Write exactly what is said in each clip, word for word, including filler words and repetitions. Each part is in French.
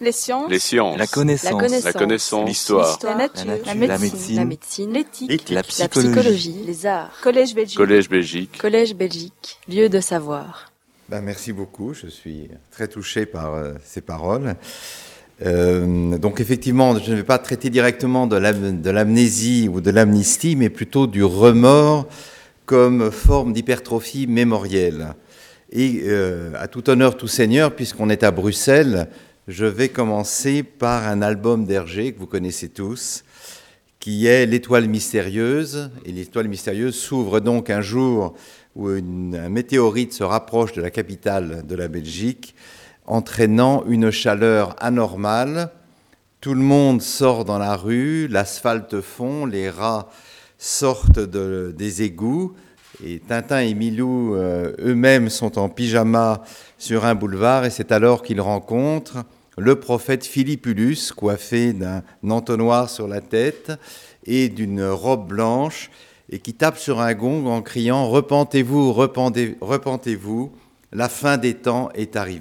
Les sciences. Les sciences. La connaissance. La connaissance. La connaissance. L'histoire. La nature. La nature. La La médecine. médecine. La médecine. L'éthique. La La psychologie. psychologie. Les arts. Collège Belgique. Collège Belgique. Collège Belgique. Lieu de savoir. Ben, merci beaucoup, je suis très touché par euh, ces paroles. Euh, donc effectivement, je ne vais pas traiter directement de, l'am- de l'amnésie ou de l'amnistie, mais plutôt du remords comme forme d'hypertrophie mémorielle. Et euh, à tout honneur, tout seigneur, puisqu'on est à Bruxelles, je vais commencer par un album d'Hergé que vous connaissez tous, qui est L'Étoile mystérieuse. Et l'Étoile mystérieuse s'ouvre donc un jour où une, un météorite se rapproche de la capitale de la Belgique, entraînant une chaleur anormale. Tout le monde sort dans la rue, l'asphalte fond, les rats sortent de, des égouts, et Tintin et Milou euh, eux-mêmes sont en pyjama sur un boulevard, et c'est alors qu'ils rencontrent le prophète Philippulus, coiffé d'un entonnoir sur la tête et d'une robe blanche, et qui tape sur un gong en criant « Repentez-vous, repentez, repentez-vous, la fin des temps est arrivée ».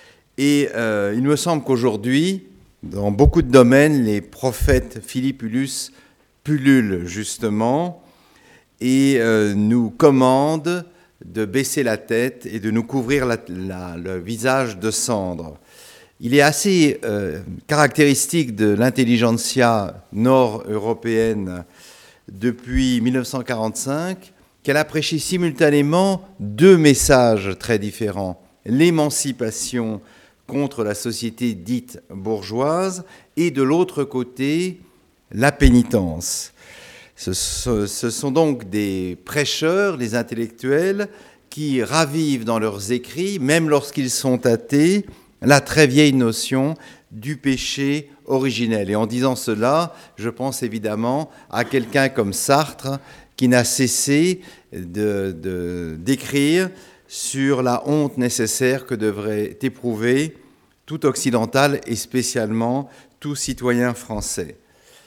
Et euh, il me semble qu'aujourd'hui, dans beaucoup de domaines, les prophètes Philippulus pullulent justement et euh, nous commandent de baisser la tête et de nous couvrir la, la, le visage de cendre. Il est assez euh, caractéristique de l'intelligentsia nord-européenne depuis mille neuf cent quarante-cinq qu'elle a prêché simultanément deux messages très différents. L'émancipation contre la société dite bourgeoise et de l'autre côté, la pénitence. Ce, ce, ce sont donc des prêcheurs, les intellectuels, qui ravivent dans leurs écrits, même lorsqu'ils sont athées, la très vieille notion du péché originel. Et en disant cela, je pense évidemment à quelqu'un comme Sartre, qui n'a cessé de, de, d'écrire sur la honte nécessaire que devrait éprouver tout occidental et spécialement tout citoyen français.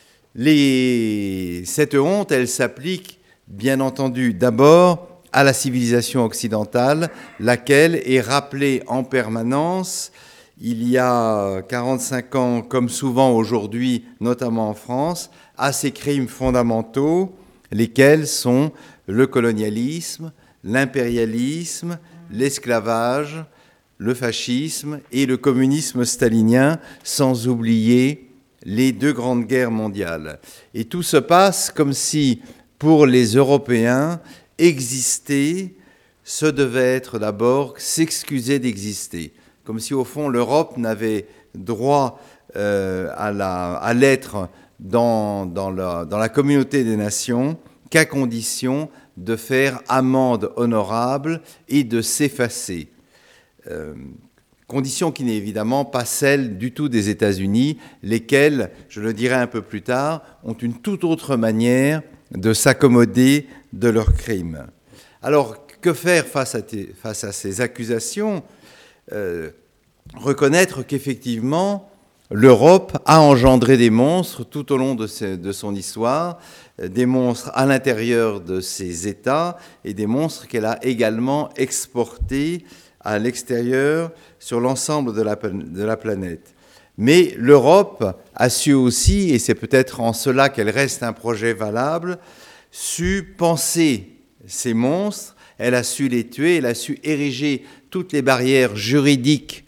Les... Cette honte, elle s'applique bien entendu d'abord à la civilisation occidentale, laquelle est rappelée en permanence il y a quarante-cinq ans, comme souvent aujourd'hui, notamment en France, à ces crimes fondamentaux, lesquels sont le colonialisme, l'impérialisme, l'esclavage, le fascisme et le communisme stalinien, sans oublier les deux grandes guerres mondiales. Et tout se passe comme si, pour les Européens, exister, ce devait être d'abord s'excuser d'exister. Comme si, au fond, l'Europe n'avait droit euh, à, la, à l'être dans, dans, la, dans la communauté des nations qu'à condition de faire amende honorable et de s'effacer. Euh, condition qui n'est évidemment pas celle du tout des États-Unis, lesquels, je le dirai un peu plus tard, ont une toute autre manière de s'accommoder de leurs crimes. Alors, que faire face à, tes, face à ces accusations ? euh, Reconnaître qu'effectivement, l'Europe a engendré des monstres tout au long de, ses, de son histoire, des monstres à l'intérieur de ses États et des monstres qu'elle a également exportés à l'extérieur sur l'ensemble de la, de la planète. Mais l'Europe a su aussi, et c'est peut-être en cela qu'elle reste un projet valable, su penser ces monstres, elle a su les tuer, elle a su ériger toutes les barrières juridiques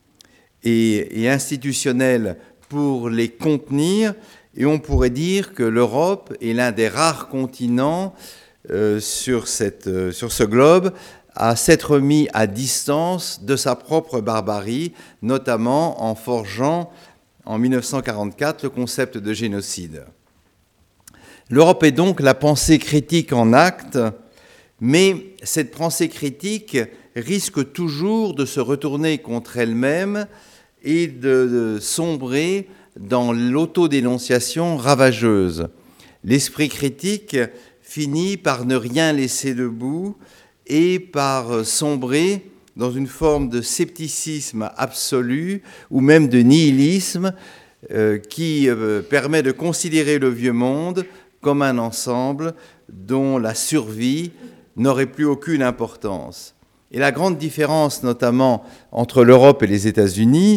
et, et institutionnelles pour les contenir. Et on pourrait dire que l'Europe est l'un des rares continents euh, sur, cette, euh, sur ce globe à s'être mis à distance de sa propre barbarie, notamment en forgeant en mille neuf cent quarante-quatre le concept de génocide. L'Europe est donc la pensée critique en acte, mais cette pensée critique risque toujours de se retourner contre elle-même et de, de sombrer dans l'autodénonciation ravageuse. L'esprit critique finit par ne rien laisser debout et par sombrer dans une forme de scepticisme absolu ou même de nihilisme euh, qui euh, permet de considérer le vieux monde comme un ensemble dont la survie n'aurait plus aucune importance. Et la grande différence, notamment entre l'Europe et les États-Unis,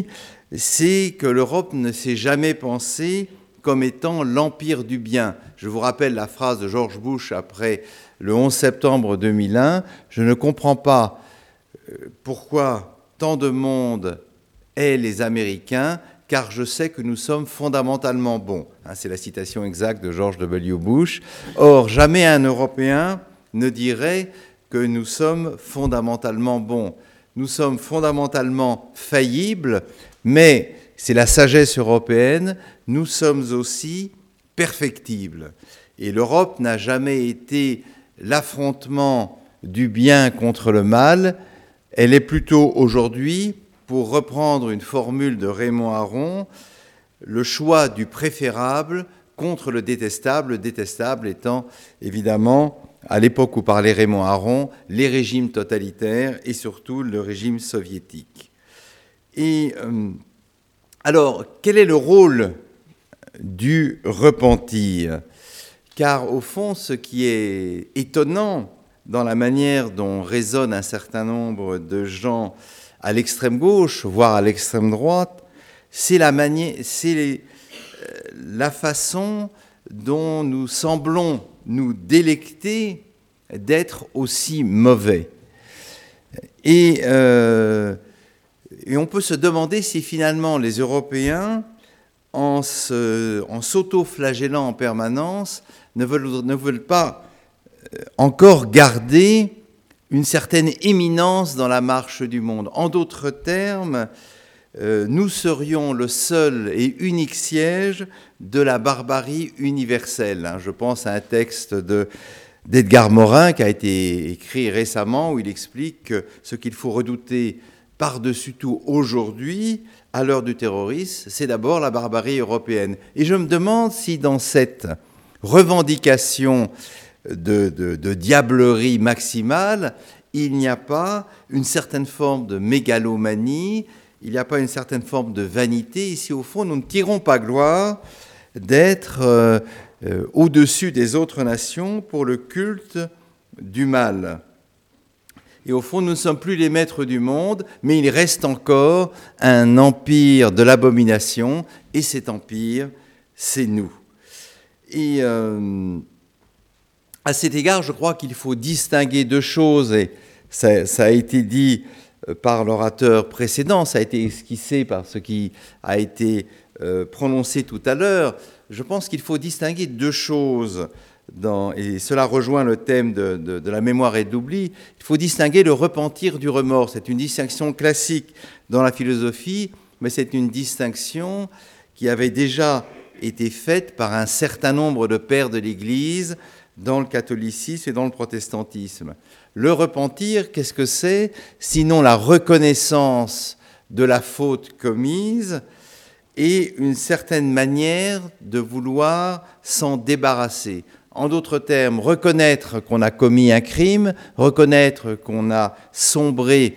c'est que l'Europe ne s'est jamais pensée comme étant l'empire du bien. Je vous rappelle la phrase de George Bush après le onze septembre deux mille un, « Je ne comprends pas pourquoi tant de monde hait les Américains, car je sais que nous sommes fondamentalement bons. » C'est la citation exacte de George W. Bush. Or, jamais un Européen ne dirait que nous sommes fondamentalement bons. Nous sommes fondamentalement faillibles, mais c'est la sagesse européenne, nous sommes aussi perfectibles. Et l'Europe n'a jamais été l'affrontement du bien contre le mal, elle est plutôt aujourd'hui, pour reprendre une formule de Raymond Aron, le choix du préférable contre le détestable, le détestable étant évidemment, à l'époque où parlait Raymond Aron, les régimes totalitaires et surtout le régime soviétique. Et euh, alors, quel est le rôle du repentir ? Car au fond, ce qui est étonnant dans la manière dont raisonnent un certain nombre de gens à l'extrême gauche, voire à l'extrême droite, c'est la manière, c'est les, la façon dont nous semblons nous délecter d'être aussi mauvais. Et, euh, et on peut se demander si finalement les Européens, en, se, en s'auto-flagellant en permanence, ne veulent, ne veulent pas encore garder une certaine éminence dans la marche du monde. En d'autres termes, euh, nous serions le seul et unique siège de la barbarie universelle. Hein. Je pense à un texte de, d'Edgar Morin qui a été écrit récemment où il explique que ce qu'il faut redouter par-dessus tout aujourd'hui, à l'heure du terrorisme, c'est d'abord la barbarie européenne. Et je me demande si dans cette revendication de, de, de diablerie maximale, il n'y a pas une certaine forme de mégalomanie, il n'y a pas une certaine forme de vanité. Ici, au fond, nous ne tirons pas gloire d'être euh, euh, au-dessus des autres nations pour le culte du mal. Et au fond, nous ne sommes plus les maîtres du monde, mais il reste encore un empire de l'abomination, et cet empire, c'est nous. Et euh, à cet égard, je crois qu'il faut distinguer deux choses, et ça, ça a été dit par l'orateur précédent, ça a été esquissé par ce qui a été euh, prononcé tout à l'heure. Je pense qu'il faut distinguer deux choses. Dans, et cela rejoint le thème de, de, de la mémoire et de l'oubli, il faut distinguer le repentir du remords. C'est une distinction classique dans la philosophie, mais c'est une distinction qui avait déjà été faite par un certain nombre de pères de l'Église dans le catholicisme et dans le protestantisme. Le repentir, qu'est-ce que c'est ? Sinon la reconnaissance de la faute commise et une certaine manière de vouloir s'en débarrasser. En d'autres termes, reconnaître qu'on a commis un crime, reconnaître qu'on a sombré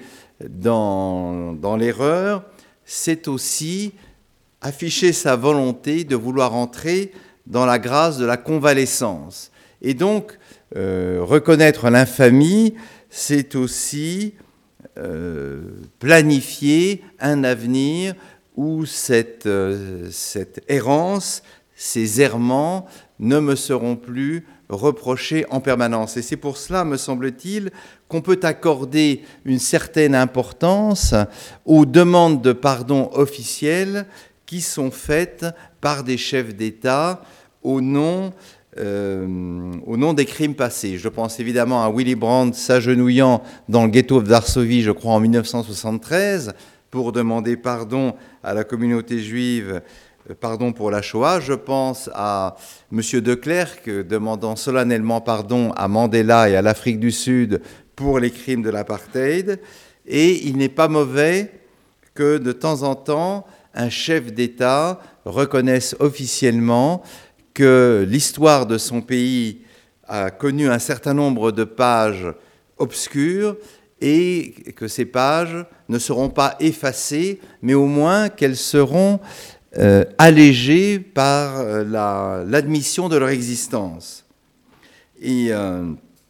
dans, dans l'erreur, c'est aussi afficher sa volonté de vouloir entrer dans la grâce de la convalescence. Et donc, euh, reconnaître l'infamie, c'est aussi euh, planifier un avenir où cette, euh, cette errance, ces errements, ne me seront plus reprochés en permanence. Et c'est pour cela, me semble-t-il, qu'on peut accorder une certaine importance aux demandes de pardon officielles qui sont faites par des chefs d'État au nom, euh, au nom des crimes passés. Je pense évidemment à Willy Brandt s'agenouillant dans le ghetto de Varsovie, je crois en mille neuf cent soixante-treize, pour demander pardon à la communauté juive, pardon pour la Shoah. Je pense à M. De Klerk demandant solennellement pardon à Mandela et à l'Afrique du Sud pour les crimes de l'apartheid. Et il n'est pas mauvais que de temps en temps, un chef d'État reconnaisse officiellement que l'histoire de son pays a connu un certain nombre de pages obscures et que ces pages ne seront pas effacées, mais au moins qu'elles seront Euh, allégés par euh, la, l'admission de leur existence. Et, euh,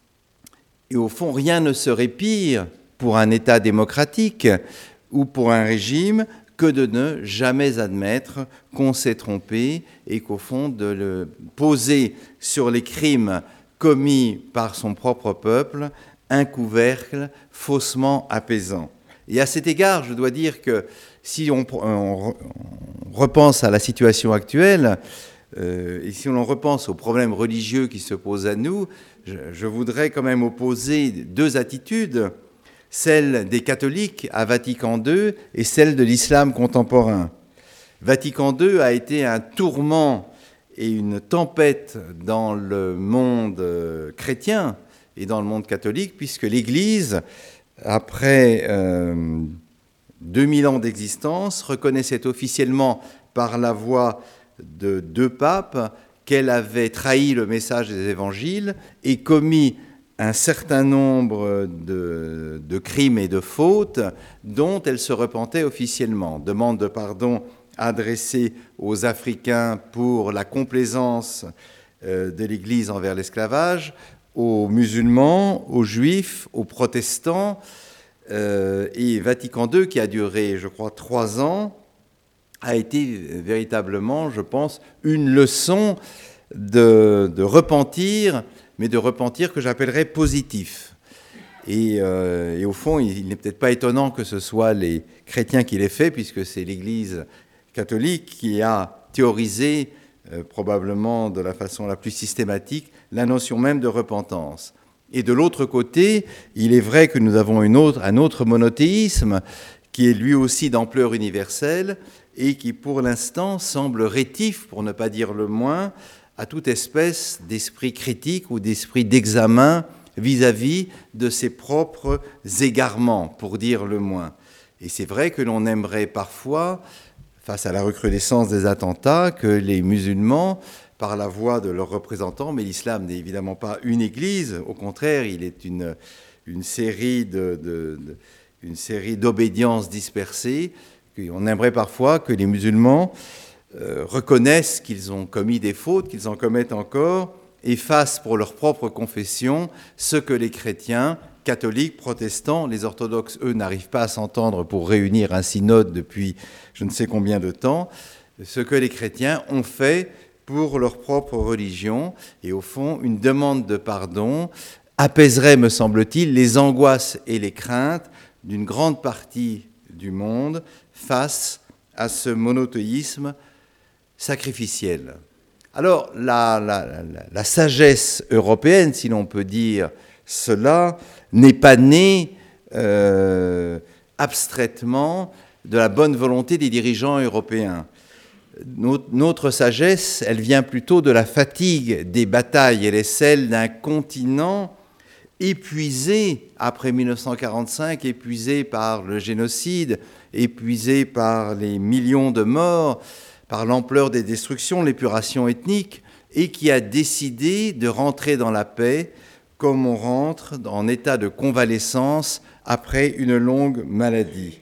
et au fond, rien ne serait pire pour un État démocratique ou pour un régime que de ne jamais admettre qu'on s'est trompé et qu'au fond, de le poser sur les crimes commis par son propre peuple un couvercle faussement apaisant. Et à cet égard, je dois dire que si on, on, on repense à la situation actuelle, euh, et si on repense aux problèmes religieux qui se posent à nous, je, je voudrais quand même opposer deux attitudes, celle des catholiques à Vatican deux et celle de l'islam contemporain. Vatican deux a été un tourment et une tempête dans le monde chrétien et dans le monde catholique, puisque l'Église, après euh, deux mille ans d'existence, reconnaissait officiellement par la voix de deux papes qu'elle avait trahi le message des évangiles et commis un certain nombre de, de crimes et de fautes dont elle se repentait officiellement. Demande de pardon adressée aux Africains pour la complaisance euh, de l'Église envers l'esclavage, aux musulmans, aux juifs, aux protestants, euh, et Vatican deux, qui a duré, je crois, trois ans, a été véritablement, je pense, une leçon de, de repentir, mais de repentir que j'appellerais positif. Et, euh, et au fond, il, il n'est peut-être pas étonnant que ce soit les chrétiens qui l'aient fait, puisque c'est l'Église catholique qui a théorisé, euh, probablement de la façon la plus systématique, la notion même de repentance. Et de l'autre côté, il est vrai que nous avons une autre, un autre monothéisme qui est lui aussi d'ampleur universelle et qui, pour l'instant, semble rétif, pour ne pas dire le moins, à toute espèce d'esprit critique ou d'esprit d'examen vis-à-vis de ses propres égarements, pour dire le moins. Et c'est vrai que l'on aimerait parfois, face à la recrudescence des attentats, que les musulmans, par la voix de leurs représentants, mais l'islam n'est évidemment pas une église, au contraire, il est une, une série de, de, de, une série d'obédiences dispersées. On aimerait parfois que les musulmans euh, reconnaissent qu'ils ont commis des fautes, qu'ils en commettent encore, et fassent pour leur propre confession ce que les chrétiens, catholiques, protestants, les orthodoxes, eux, n'arrivent pas à s'entendre pour réunir un synode depuis je ne sais combien de temps, ce que les chrétiens ont fait pour leur propre religion. Et au fond, une demande de pardon apaiserait, me semble-t-il, les angoisses et les craintes d'une grande partie du monde face à ce monothéisme sacrificiel. Alors, la, la, la, la sagesse européenne, si l'on peut dire cela, n'est pas née euh, abstraitement de la bonne volonté des dirigeants européens. Notre, notre sagesse, elle vient plutôt de la fatigue des batailles. Elle est celle d'un continent épuisé après mille neuf cent quarante-cinq, épuisé par le génocide, épuisé par les millions de morts, par l'ampleur des destructions, l'épuration ethnique, et qui a décidé de rentrer dans la paix comme on rentre en état de convalescence après une longue maladie.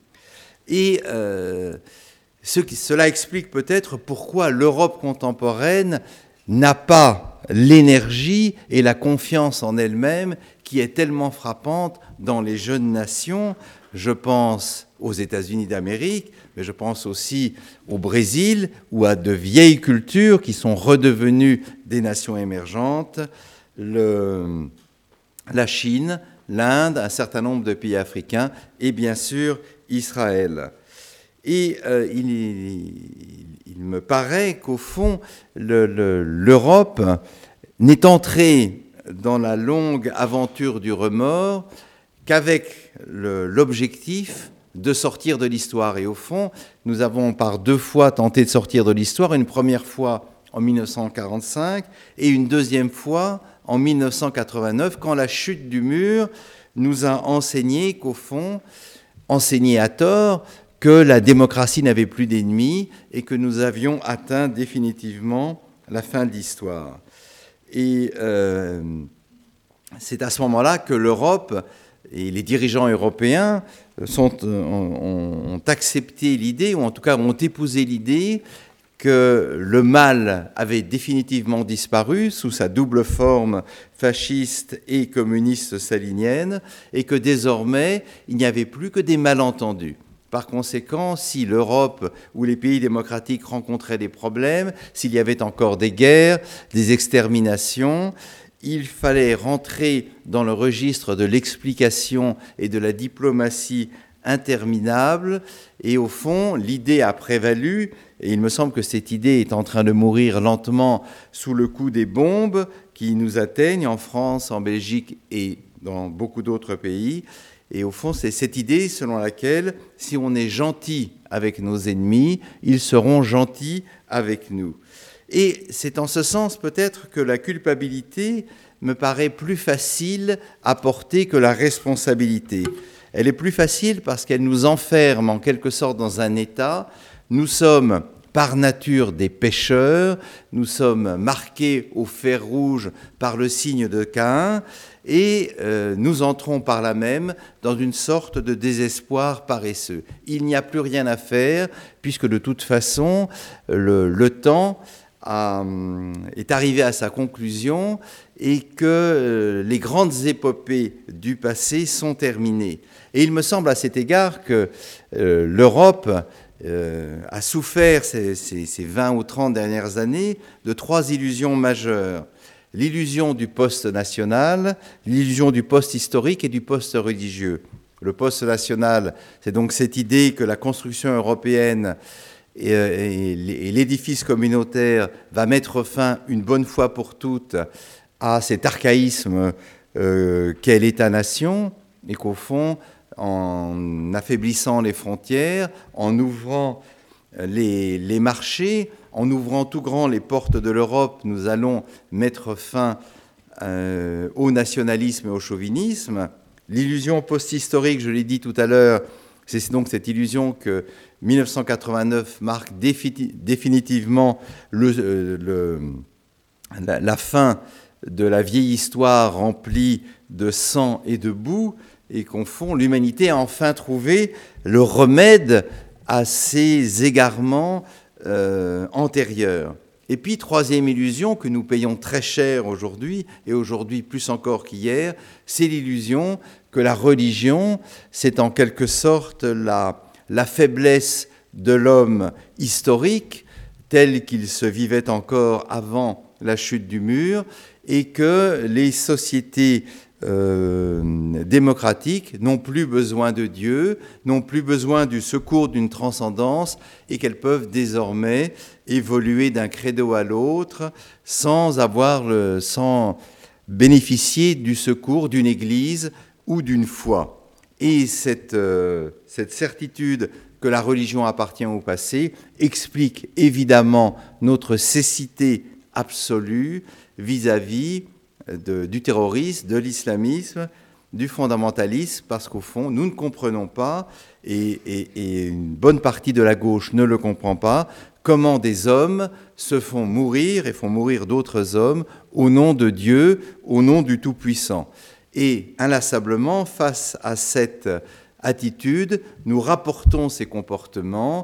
Et euh, ce qui, cela explique peut-être pourquoi l'Europe contemporaine n'a pas l'énergie et la confiance en elle-même qui est tellement frappante dans les jeunes nations. Je pense aux États-Unis d'Amérique, mais je pense aussi au Brésil, ou à de vieilles cultures qui sont redevenues des nations émergentes, le, la Chine, l'Inde, un certain nombre de pays africains, et bien sûr Israël. Et euh, il, il, il me paraît qu'au fond, le, le, l'Europe n'est entrée dans la longue aventure du remords qu'avec le, l'objectif de sortir de l'histoire. Et au fond, nous avons par deux fois tenté de sortir de l'histoire, une première fois en mille neuf cent quarante-cinq et une deuxième fois en mille neuf cent quatre-vingt-neuf, quand la chute du mur nous a enseigné qu'au fond, enseigné à tort, que la démocratie n'avait plus d'ennemis et que nous avions atteint définitivement la fin de l'histoire. Et euh, c'est à ce moment-là que l'Europe et les dirigeants européens sont, ont, ont accepté l'idée, ou en tout cas ont épousé l'idée, que le mal avait définitivement disparu sous sa double forme fasciste et communiste stalinienne, et que désormais, il n'y avait plus que des malentendus. Par conséquent, si l'Europe ou les pays démocratiques rencontraient des problèmes, s'il y avait encore des guerres, des exterminations, il fallait rentrer dans le registre de l'explication et de la diplomatie interminable. Et au fond, l'idée a prévalu, et il me semble que cette idée est en train de mourir lentement sous le coup des bombes qui nous atteignent en France, en Belgique et dans beaucoup d'autres pays. Et au fond, c'est cette idée selon laquelle, si on est gentil avec nos ennemis, ils seront gentils avec nous. Et c'est en ce sens peut-être que la culpabilité me paraît plus facile à porter que la responsabilité. Elle est plus facile parce qu'elle nous enferme en quelque sorte dans un état. Nous sommes par nature des pécheurs, nous sommes marqués au fer rouge par le signe de Caïn, et euh, nous entrons par là même dans une sorte de désespoir paresseux. Il n'y a plus rien à faire, puisque de toute façon, le, le temps a, est arrivé à sa conclusion et que euh, les grandes épopées du passé sont terminées. Et il me semble à cet égard que euh, l'Europe euh, a souffert ces, ces, ces vingt ou trente dernières années de trois illusions majeures. L'illusion du poste national, l'illusion du poste historique et du poste religieux. Le poste national, c'est donc cette idée que la construction européenne et, et l'édifice communautaire va mettre fin une bonne fois pour toutes à cet archaïsme euh, qu'est l'État-nation, et qu'au fond, en affaiblissant les frontières, en ouvrant les, les marchés, en ouvrant tout grand les portes de l'Europe, nous allons mettre fin euh, au nationalisme et au chauvinisme. L'illusion post-historique, je l'ai dit tout à l'heure, c'est donc cette illusion que mille neuf cent quatre-vingt-neuf marque défi- définitivement le, le, la, la fin de la vieille histoire remplie de sang et de boue, et qu'au fond, l'humanité a enfin trouvé le remède à ces égarements euh, antérieurs. Et puis, troisième illusion que nous payons très cher aujourd'hui, et aujourd'hui plus encore qu'hier, c'est l'illusion que la religion, c'est en quelque sorte la, la faiblesse de l'homme historique, tel qu'il se vivait encore avant la chute du mur, et que les sociétés euh, démocratiques n'ont plus besoin de Dieu, n'ont plus besoin du secours d'une transcendance, et qu'elles peuvent désormais évoluer d'un credo à l'autre sans avoir le, sans bénéficier du secours d'une Église ou d'une foi. Et cette, euh, cette certitude que la religion appartient au passé explique évidemment notre cécité absolue vis-à-vis de, du terrorisme, de l'islamisme, du fondamentalisme, parce qu'au fond, nous ne comprenons pas, et, et, et une bonne partie de la gauche ne le comprend pas, comment des hommes se font mourir et font mourir d'autres hommes au nom de Dieu, au nom du Tout-Puissant. Et inlassablement, face à cette attitude, nous rapportons ces comportements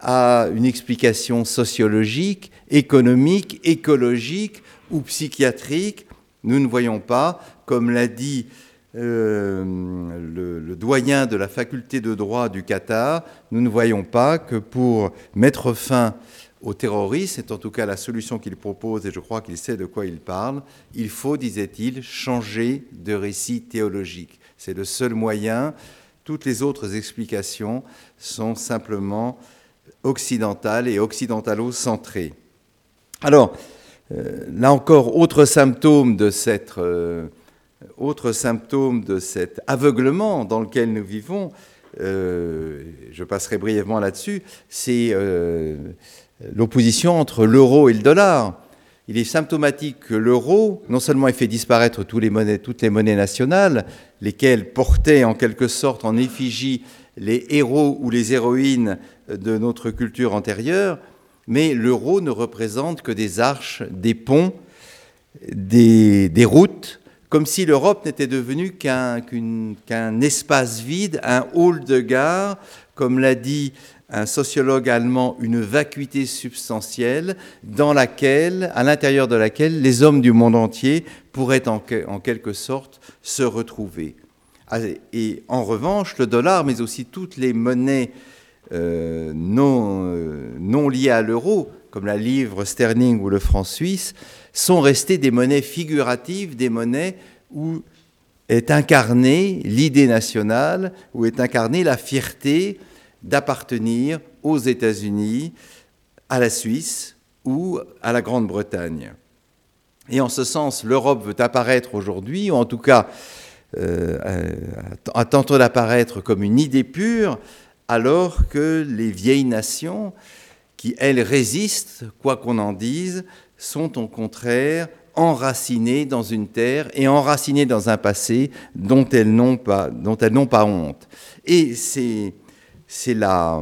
à une explication sociologique, économique, écologique ou psychiatrique. Nous ne voyons pas, comme l'a dit euh, le, le doyen de la faculté de droit du Qatar, nous ne voyons pas que pour mettre fin au terrorisme, c'est en tout cas la solution qu'il propose, et je crois qu'il sait de quoi il parle, il faut, disait-il, changer de récit théologique. C'est le seul moyen. Toutes les autres explications sont simplement occidentales et occidentalo-centrées. Alors, euh, là encore, autre symptôme de cette, euh, autre symptôme de cet aveuglement dans lequel nous vivons, euh, je passerai brièvement là-dessus, c'est euh, l'opposition entre l'euro et le dollar. Il est symptomatique que l'euro, non seulement il fait disparaître tous les monnaies, toutes les monnaies nationales, lesquelles portaient en quelque sorte en effigie les héros ou les héroïnes de notre culture antérieure, mais l'euro ne représente que des arches, des ponts, des, des routes, comme si l'Europe n'était devenue qu'un, qu'une, qu'un espace vide, un hall de gare, comme l'a dit un sociologue allemand, une vacuité substantielle dans laquelle, à l'intérieur de laquelle les hommes du monde entier pourraient en, en quelque sorte se retrouver. Et en revanche, le dollar, mais aussi toutes les monnaies euh, non, euh, non liées à l'euro, comme la livre sterling ou le franc suisse, sont restées des monnaies figuratives, des monnaies où est incarnée l'idée nationale, où est incarnée la fierté d'appartenir aux États-Unis, à la Suisse ou à la Grande-Bretagne. Et en ce sens, l'Europe veut apparaître aujourd'hui, ou en tout cas euh, à tenter d'apparaître comme une idée pure, alors que les vieilles nations, qui elles résistent, quoi qu'on en dise, sont au contraire enracinées dans une terre et enracinées dans un passé dont elles n'ont pas, dont elles n'ont pas honte. Et c'est, c'est la...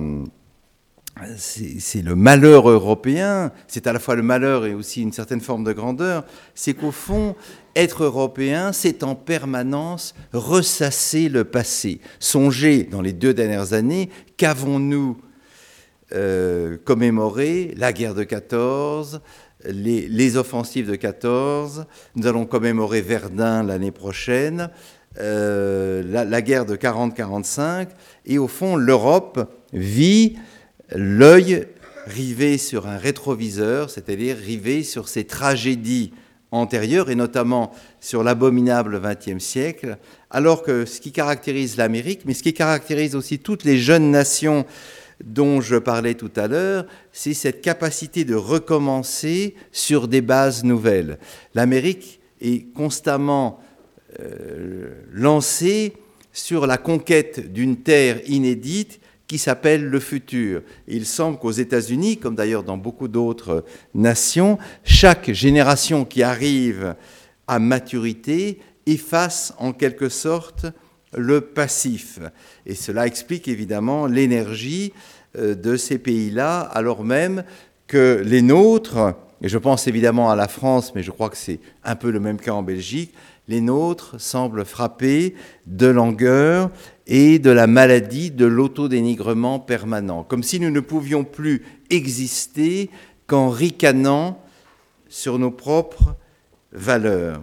C'est, c'est le malheur européen, c'est à la fois le malheur et aussi une certaine forme de grandeur, c'est qu'au fond, être européen, c'est en permanence ressasser le passé. Songez, dans les deux dernières années, qu'avons-nous euh, commémoré la guerre de quatorze, les, les offensives de quatorze, nous allons commémorer Verdun l'année prochaine, euh, la, la guerre de quarante quarante-cinq, et au fond, l'Europe vit l'œil rivé sur un rétroviseur, c'est-à-dire rivé sur ces tragédies antérieures, et notamment sur l'abominable vingtième siècle, alors que ce qui caractérise l'Amérique, mais ce qui caractérise aussi toutes les jeunes nations dont je parlais tout à l'heure, c'est cette capacité de recommencer sur des bases nouvelles. L'Amérique est constamment euh, lancée sur la conquête d'une terre inédite qui s'appelle le futur. Et il semble qu'aux États-Unis, comme d'ailleurs dans beaucoup d'autres nations, chaque génération qui arrive à maturité efface en quelque sorte le passif. Et cela explique évidemment l'énergie de ces pays-là, alors même que les nôtres, et je pense évidemment à la France, mais je crois que c'est un peu le même cas en Belgique, les nôtres semblent frappés de langueur et de la maladie de l'autodénigrement permanent, comme si nous ne pouvions plus exister qu'en ricanant sur nos propres valeurs.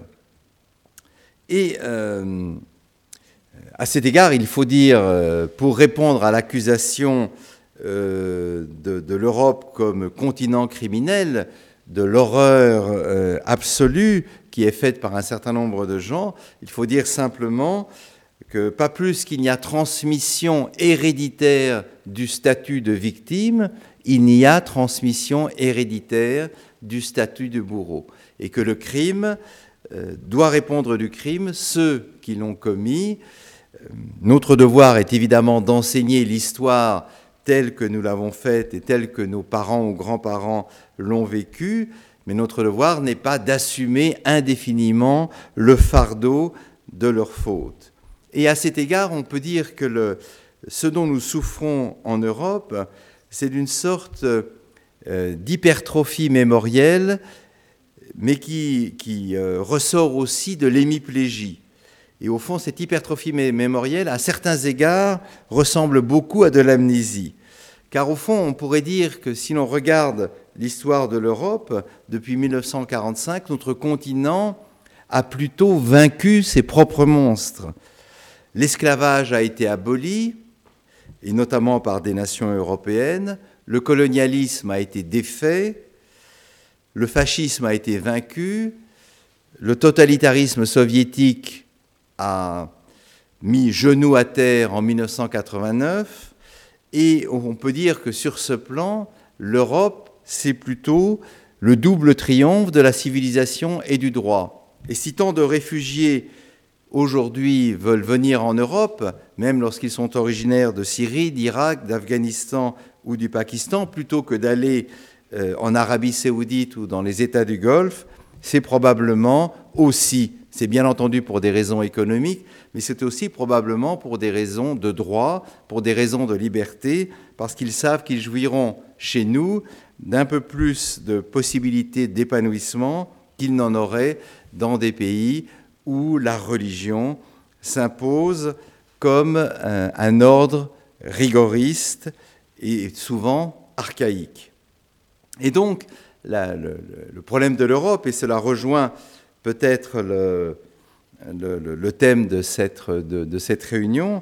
Et euh, à cet égard, il faut dire, euh, pour répondre à l'accusation euh, de, de l'Europe comme continent criminel, de l'horreur euh, absolue qui est faite par un certain nombre de gens, il faut dire simplement que pas plus qu'il n'y a transmission héréditaire du statut de victime, il n'y a transmission héréditaire du statut de bourreau. Et que le crime euh, doit répondre du crime, ceux qui l'ont commis. Euh, notre devoir est évidemment d'enseigner l'histoire telle que nous l'avons faite et telle que nos parents ou grands-parents l'ont vécue, mais notre devoir n'est pas d'assumer indéfiniment le fardeau de leurs fautes. Et à cet égard, on peut dire que le, ce dont nous souffrons en Europe, c'est d'une sorte euh, d'hypertrophie mémorielle, mais qui, qui euh, ressort aussi de l'hémiplégie. Et au fond, cette hypertrophie mé- mémorielle, à certains égards, ressemble beaucoup à de l'amnésie. Car au fond, on pourrait dire que si l'on regarde l'histoire de l'Europe, depuis mille neuf cent quarante-cinq, notre continent a plutôt vaincu ses propres monstres. L'esclavage a été aboli, et notamment par des nations européennes. Le colonialisme a été défait. Le fascisme a été vaincu. Le totalitarisme soviétique a mis genou à terre en mille neuf cent quatre-vingt-neuf. Et on peut dire que sur ce plan, l'Europe, c'est plutôt le double triomphe de la civilisation et du droit. Et si tant de réfugiés aujourd'hui veulent venir en Europe, même lorsqu'ils sont originaires de Syrie, d'Irak, d'Afghanistan ou du Pakistan, plutôt que d'aller euh, en Arabie saoudite ou dans les États du Golfe, c'est probablement aussi, c'est bien entendu pour des raisons économiques, mais c'est aussi probablement pour des raisons de droit, pour des raisons de liberté, parce qu'ils savent qu'ils jouiront chez nous d'un peu plus de possibilités d'épanouissement qu'ils n'en auraient dans des pays où la religion s'impose comme un, un ordre rigoriste et souvent archaïque. Et donc, la, le, le problème de l'Europe, et cela rejoint peut-être le, le, le thème de cette, de, de cette réunion,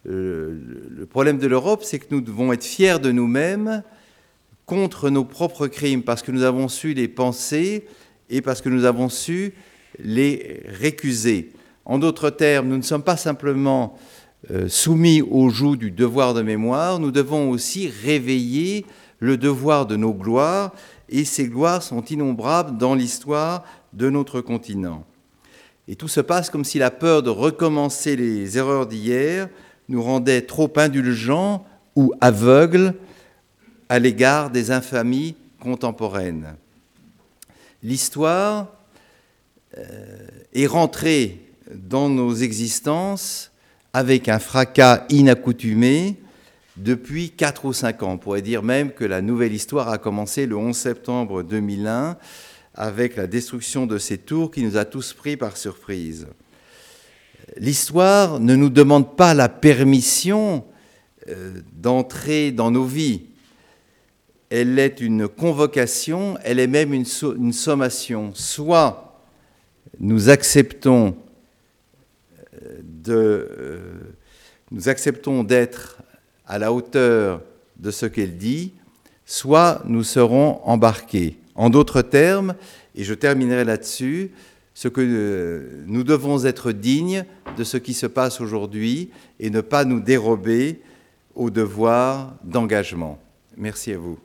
Euh, le problème de l'Europe, c'est que nous devons être fiers de nous-mêmes contre nos propres crimes, parce que nous avons su les penser et parce que nous avons su les récuser. En d'autres termes, nous ne sommes pas simplement euh, soumis au joug du devoir de mémoire, nous devons aussi réveiller le devoir de nos gloires, et ces gloires sont innombrables dans l'histoire de notre continent. Et tout se passe comme si la peur de recommencer les erreurs d'hier nous rendait trop indulgents ou aveugles à l'égard des infamies contemporaines. L'histoire euh, est rentrée dans nos existences avec un fracas inaccoutumé depuis quatre ou cinq ans. On pourrait dire même que la nouvelle histoire a commencé le onze septembre deux mille un avec la destruction de ces tours qui nous a tous pris par surprise. L'histoire ne nous demande pas la permission euh, d'entrer dans nos vies. Elle est une convocation, elle est même une, so- une sommation. Soit nous acceptons, de, euh, nous acceptons d'être à la hauteur de ce qu'elle dit, soit nous serons embarqués. En d'autres termes, et je terminerai là-dessus, ce que euh, nous devons être dignes de ce qui se passe aujourd'hui et ne pas nous dérober au devoir d'engagement. Merci à vous.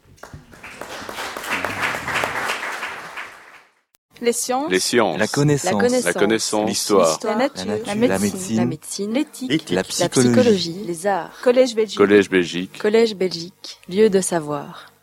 Les sciences. Les sciences. La connaissance. La connaissance. La connaissance. L'histoire. La nature. La nature. La médecine. La médecine. La médecine. L'éthique. Éthique. La La psychologie. psychologie. Les arts. Collège Belgique. Collège Belgique. Collège Belgique. Lieu de savoir.